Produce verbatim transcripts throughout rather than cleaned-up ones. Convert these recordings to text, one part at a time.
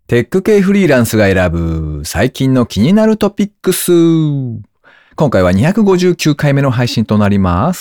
テック系フリーランスが選ぶ最近の気になるトピックス。今回はにひゃくごじゅうきゅうかいめの配信となります。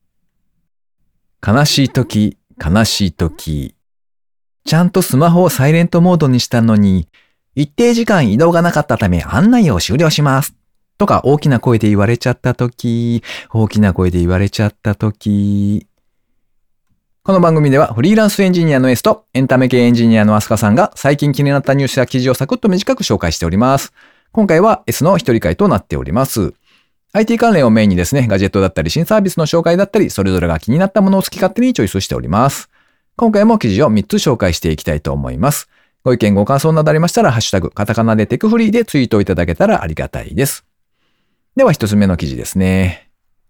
悲しい時、悲しい時。ちゃんとスマホをサイレントモードにしたのに、一定時間移動がなかったため案内を終了します。とか大きな声で言われちゃった時、大きな声で言われちゃった時。この番組ではフリーランスエンジニアの S とエンタメ系エンジニアのアスカさんが最近気になったニュースや記事をサクッと短く紹介しております。今回は S の一人会となっております。アイティー 関連をメインにですね、ガジェットだったり新サービスの紹介だったり、それぞれが気になったものを好き勝手にチョイスしております。今回も記事をみっつ紹介していきたいと思います。ご意見ご感想などありましたら、ハッシュタグ、カタカナでテクフリーでツイートいただけたらありがたいです。では一つ目の記事ですね。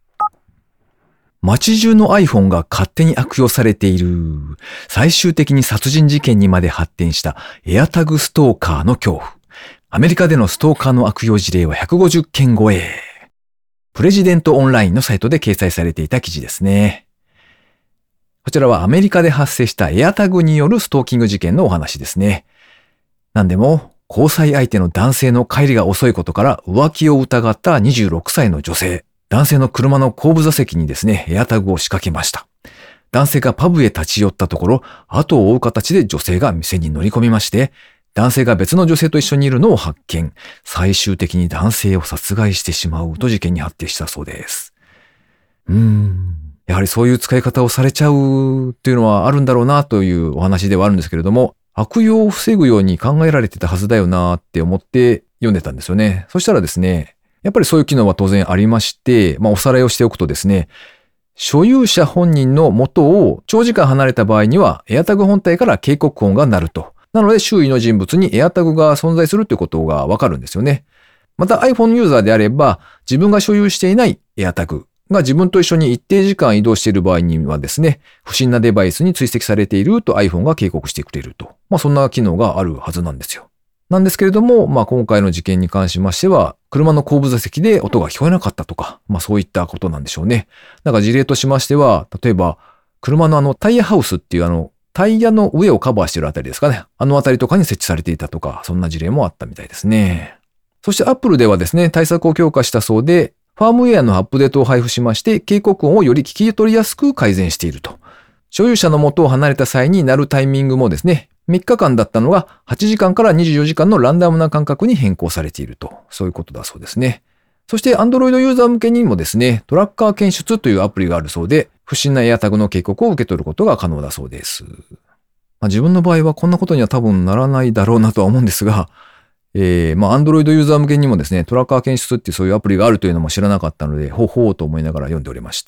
街中の iPhone が勝手に悪用されている。最終的に殺人事件にまで発展した AirTag ストーカーの恐怖。アメリカでのストーカーの悪用事例はひゃくごじゅっけん超え。プレジデントオンラインのサイトで掲載されていた記事ですね。こちらはアメリカで発生した AirTag によるストーキング事件のお話ですね。なんでも、交際相手の男性の帰りが遅いことから浮気を疑ったにじゅうろくさいの女性。男性の車の後部座席にですね、エアタグを仕掛けました。男性がパブへ立ち寄ったところ、後を追う形で女性が店に乗り込みまして、男性が別の女性と一緒にいるのを発見。最終的に男性を殺害してしまうと事件に発展したそうです。うーん。やはりそういう使い方をされちゃうっていうのはあるんだろうなというお話ではあるんですけれども、悪用を防ぐように考えられてたはずだよなって思って読んでたんですよね。そしたらですね、やっぱりそういう機能は当然ありまして、まあおさらいをしておくとですね、所有者本人の元を長時間離れた場合には AirTag 本体から警告音が鳴ると。なので周囲の人物に AirTag が存在するということがわかるんですよね。また iPhone ユーザーであれば自分が所有していない AirTag が自分と一緒に一定時間移動している場合にはですね、不審なデバイスに追跡されていると iPhone が警告してくれると。まあそんな機能があるはずなんですよ。なんですけれども、まあ今回の事件に関しましては、車の後部座席で音が聞こえなかったとか、まあそういったことなんでしょうね。だから事例としましては、例えば、車のあのタイヤハウスっていうあの、タイヤの上をカバーしているあたりですかね。あのあたりとかに設置されていたとか、そんな事例もあったみたいですね。そして Apple ではですね、対策を強化したそうで、ファームウェアのアップデートを配布しまして、警告音をより聞き取りやすく改善していると。所有者の元を離れた際に鳴るタイミングもですね、みっかかんだったのがはちじかんからにじゅうよじかんのランダムな間隔に変更されていると。そういうことだそうですね。そして Android ユーザー向けにもですね、トラッカー検出というアプリがあるそうで、不審な AirTag の警告を受け取ることが可能だそうです。まあ、自分の場合はこんなことには多分ならないだろうなとは思うんですが、えー、まあ Android ユーザー向けにもですね、トラッカー検出っていうそういうアプリがあるというのも知らなかったので、ほうほうと思いながら読んでおりました。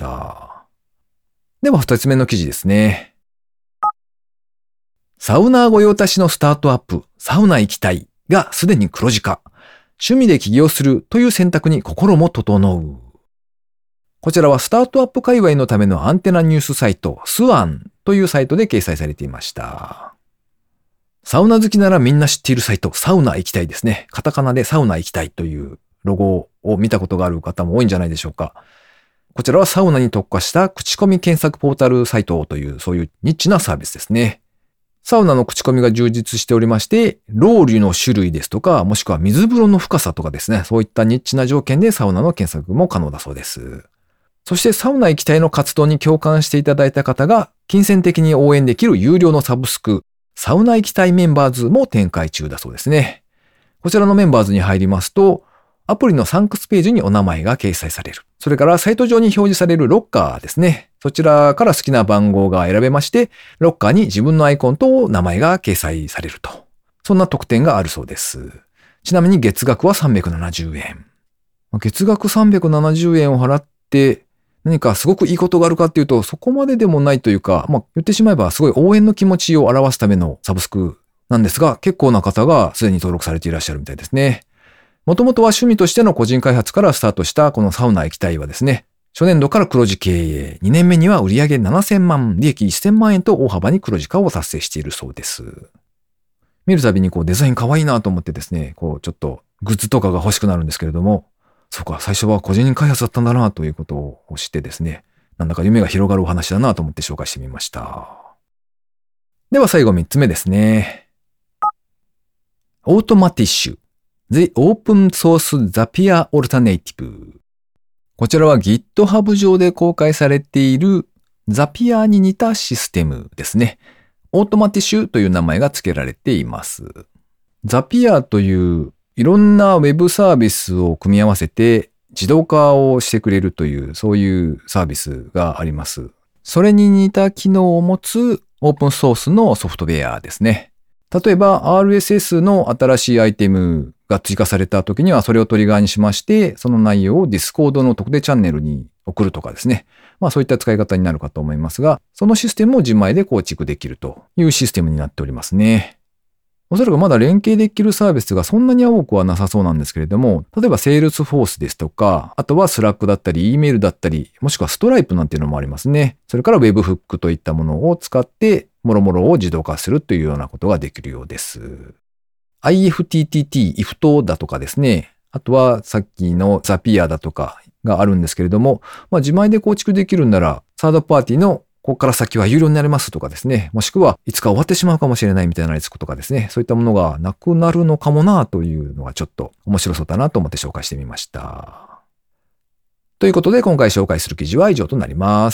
では二つ目の記事ですね。サウナー御用達のスタートアップ、サウナ行きたいがすでに黒字化。趣味で起業するという選択に心も整う。こちらはスタートアップ界隈のためのアンテナニュースサイト、スワンというサイトで掲載されていました。サウナ好きならみんな知っているサイト、サウナ行きたいですね。カタカナでサウナ行きたいというロゴを見たことがある方も多いんじゃないでしょうか。こちらはサウナに特化した口コミ検索ポータルサイトというそういうニッチなサービスですね。サウナの口コミが充実しておりまして、ロウリュの種類ですとか、もしくは水風呂の深さとかですね、そういったニッチな条件でサウナの検索も可能だそうです。そしてサウナ行きたいの活動に共感していただいた方が、金銭的に応援できる有料のサブスク、サウナ行きたいメンバーズも展開中だそうですね。こちらのメンバーズに入りますと、アプリのサンクスページにお名前が掲載される。それからサイト上に表示されるロッカーですね。そちらから好きな番号が選べまして、ロッカーに自分のアイコンと名前が掲載されると。そんな特典があるそうです。ちなみに月額はさんびゃくななじゅうえん。月額さんびゃくななじゅうえんを払って何かすごくいいことがあるかっていうとそこまででもないというか、まあ言ってしまえばすごい応援の気持ちを表すためのサブスクなんですが、結構な方がすでに登録されていらっしゃるみたいですね。もともとは趣味としての個人開発からスタートしたこのサウナ行きたいはですね、初年度から黒字経営、にねんめには売上ななせんまん、利益せんまんえんと大幅に黒字化を達成しているそうです。見るたびにこうデザイン可愛いなと思ってですね、こうちょっとグッズとかが欲しくなるんですけれども、そうか、最初は個人開発だったんだなということを知ってですね、なんだか夢が広がるお話だなと思って紹介してみました。では最後みっつめですね。 オートマティッシュ The Open Source Zapier Alternative。こちらは GitHub 上で公開されている Zapier に似たシステムですね。オートマティッシュという名前が付けられています。Zapier といういろんなウェブサービスを組み合わせて自動化をしてくれるというそういうサービスがあります。それに似た機能を持つオープンソースのソフトウェアですね。例えば アールエスエス の新しいアイテムが追加された時にはそれをトリガーにしまして、その内容を Discord の特定チャンネルに送るとかですね。まあそういった使い方になるかと思いますが、そのシステムを自前で構築できるというシステムになっておりますね。おそらくまだ連携できるサービスがそんなに多くはなさそうなんですけれども、例えば Salesforce ですとか、あとは Slack だったり、E メールだったり、もしくは Stripe なんていうのもありますね。それから Webhook といったものを使って、もろもろを自動化するというようなことができるようです。アイエフティーティーティー、イフト だとかですね。あとはさっきの Zapier だとかがあるんですけれども、まあ自前で構築できるんなら、サードパーティーのここから先は有料になりますとかですね。もしくはいつか終わってしまうかもしれないみたいなリスクとかですね。そういったものがなくなるのかもなというのがちょっと面白そうだなと思って紹介してみました。ということで今回紹介する記事は以上となります。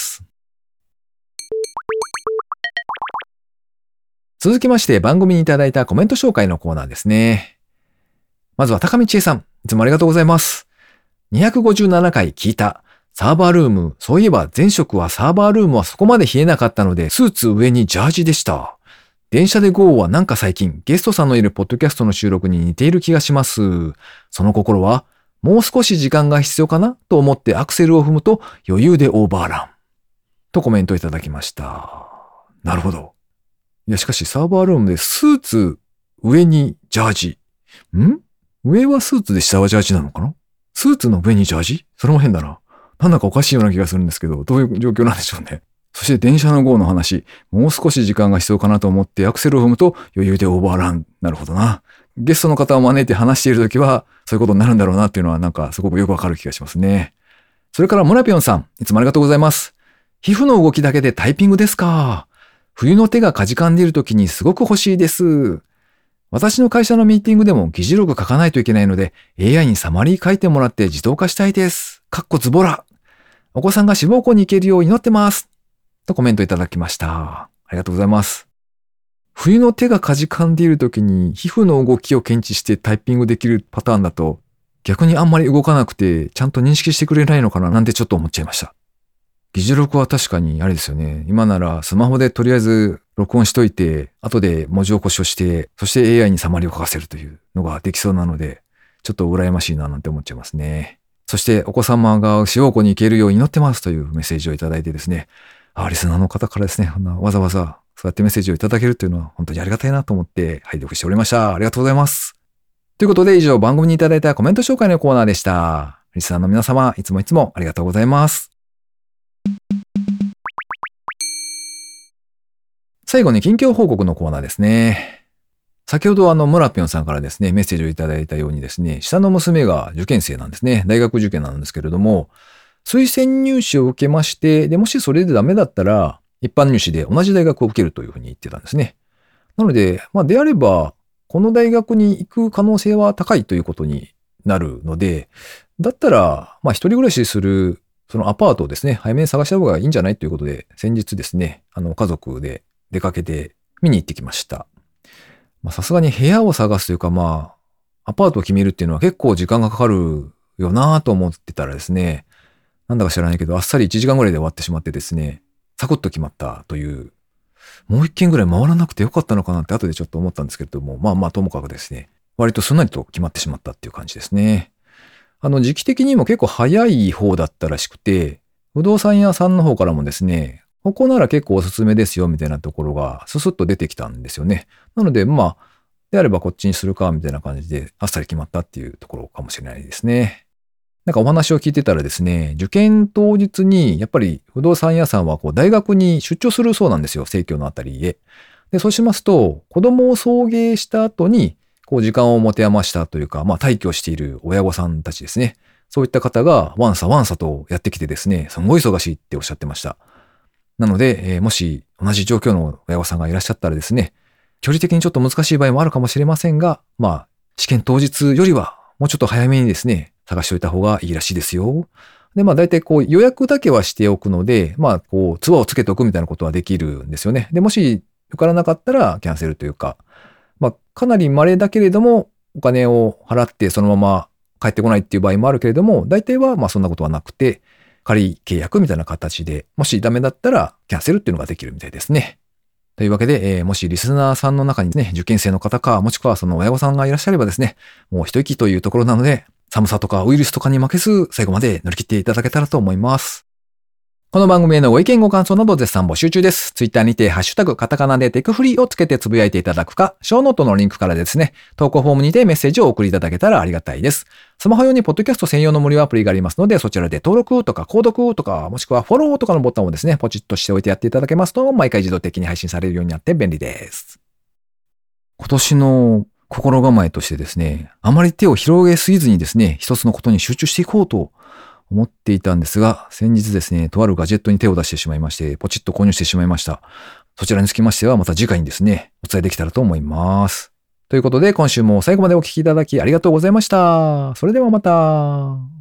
続きまして番組にいただいたコメント紹介のコーナーですね。まずは高見千恵さん。いつもありがとうございます。にひゃくごじゅうななかい聞いた。サーバールーム、そういえば前職はサーバールームはそこまで冷えなかったので、スーツ上にジャージでした。電車で ゴー はなんか最近、ゲストさんのいるポッドキャストの収録に似ている気がします。その心は、もう少し時間が必要かなと思ってアクセルを踏むと余裕でオーバーラン。とコメントいただきました。なるほど。いや、しかしサーバールームでスーツ上にジャージ。ん？上はスーツで下はジャージなのかな？スーツの上にジャージ？それも変だな。なんだかおかしいような気がするんですけど、どういう状況なんでしょうね。そして電車の ゴー の話、もう少し時間が必要かなと思ってアクセルを踏むと余裕でオーバーラン。なるほどな。ゲストの方を招いて話しているときはそういうことになるんだろうなっていうのはなんかすごくよくわかる気がしますね。それからモラピョンさん、いつもありがとうございます。皮膚の動きだけでタイピングですか。冬の手がかじかんでいるときにすごく欲しいです。私の会社のミーティングでも議事録書かないといけないので エーアイ にサマリー書いてもらって自動化したいです。かっこズボラ。お子さんが志望校に行けるよう祈ってます。とコメントいただきました。ありがとうございます。冬の手がかじかんでいるときに皮膚の動きを検知してタイピングできるパターンだと逆にあんまり動かなくてちゃんと認識してくれないのかななんてちょっと思っちゃいました。議事録は確かにあれですよね。今ならスマホでとりあえず録音しといて後で文字起こしをしてそして エーアイ にサマリーを書かせるというのができそうなのでちょっと羨ましいななんて思っちゃいますね。そしてお子様が志望校に行けるように祈ってますというメッセージをいただいてですね。あ、リスナーの方からですね、わざわざそうやってメッセージをいただけるというのは本当にありがたいなと思って拝読しておりました。ありがとうございます。ということで以上番組にいただいたコメント紹介のコーナーでした。リスナーの皆様、いつもいつもありがとうございます。最後に近況報告のコーナーですね。先ほどあの、ムラピョンさんからですね、メッセージをいただいたようにですね、下の娘が受験生なんですね。大学受験なんですけれども、推薦入試を受けまして、で、もしそれでダメだったら、一般入試で同じ大学を受けるというふうに言ってたんですね。なので、まあ、であれば、この大学に行く可能性は高いということになるので、だったら、まあ、一人暮らしする、そのアパートをですね、早めに探した方がいいんじゃないということで、先日ですね、あの、家族で出かけて見に行ってきました。まあ、さすがに部屋を探すというか、まあ、アパートを決めるっていうのは結構時間がかかるよなと思ってたらですね、なんだか知らないけど、あっさりいちじかんぐらいで終わってしまってですね、サクッと決まったという、もう一軒ぐらい回らなくてよかったのかなって後でちょっと思ったんですけれども、まあまあともかくですね、割とすんなりと決まってしまったっていう感じですね。あの、時期的にも結構早い方だったらしくて、不動産屋さんの方からもですね、ここなら結構おすすめですよみたいなところがススッと出てきたんですよね。なので、まあ、であればこっちにするかみたいな感じであっさり決まったっていうところかもしれないですね。なんかお話を聞いてたらですね、受験当日にやっぱり不動産屋さんはこう大学に出張するそうなんですよ、生協のあたりへ。で、そうしますと、子供を送迎した後に、こう時間を持て余したというか、まあ退去している親御さんたちですね。そういった方がワンサワンサとやってきてですね、すごい忙しいっておっしゃってました。なので、えー、もし同じ状況の親御さんがいらっしゃったらですね、 距離的にちょっと難しい場合もあるかもしれませんが、まあ、試験当日よりはもうちょっと早めにですね、探しておいた方がいいらしいですよ。で、まあ大体こう予約だけはしておくので、まあこうツアーをつけておくみたいなことはできるんですよね。で、もし受からなかったらキャンセルというか、まあかなり稀だけれどもお金を払ってそのまま帰ってこないっていう場合もあるけれども、大体はまあそんなことはなくて、仮契約みたいな形で、もしダメだったらキャンセルっていうのができるみたいですね。というわけで、えー、もしリスナーさんの中にね、受験生の方か、もしくはその親御さんがいらっしゃればですね、もう一息というところなので、寒さとかウイルスとかに負けず、最後まで乗り切っていただけたらと思います。この番組へのご意見ご感想など絶賛募集中です。ツイッターにて、ハッシュタグ、カタカナでテクフリーをつけてつぶやいていただくか、ショーノートのリンクからですね、投稿フォームにてメッセージをお送りいただけたらありがたいです。スマホ用にポッドキャスト専用の無料アプリがありますので、そちらで登録とか購読とか、もしくはフォローとかのボタンをですね、ポチッとしておいてやっていただけますと、毎回自動的に配信されるようになって便利です。今年の心構えとしてですね、あまり手を広げすぎずにですね、一つのことに集中していこうと思っていたんですが、先日ですね、とあるガジェットに手を出してしまいまして、ポチッと購入してしまいました。そちらにつきましては、また次回にですね、お伝えできたらと思います。ということで、今週も最後までお聞きいただきありがとうございました。それではまた。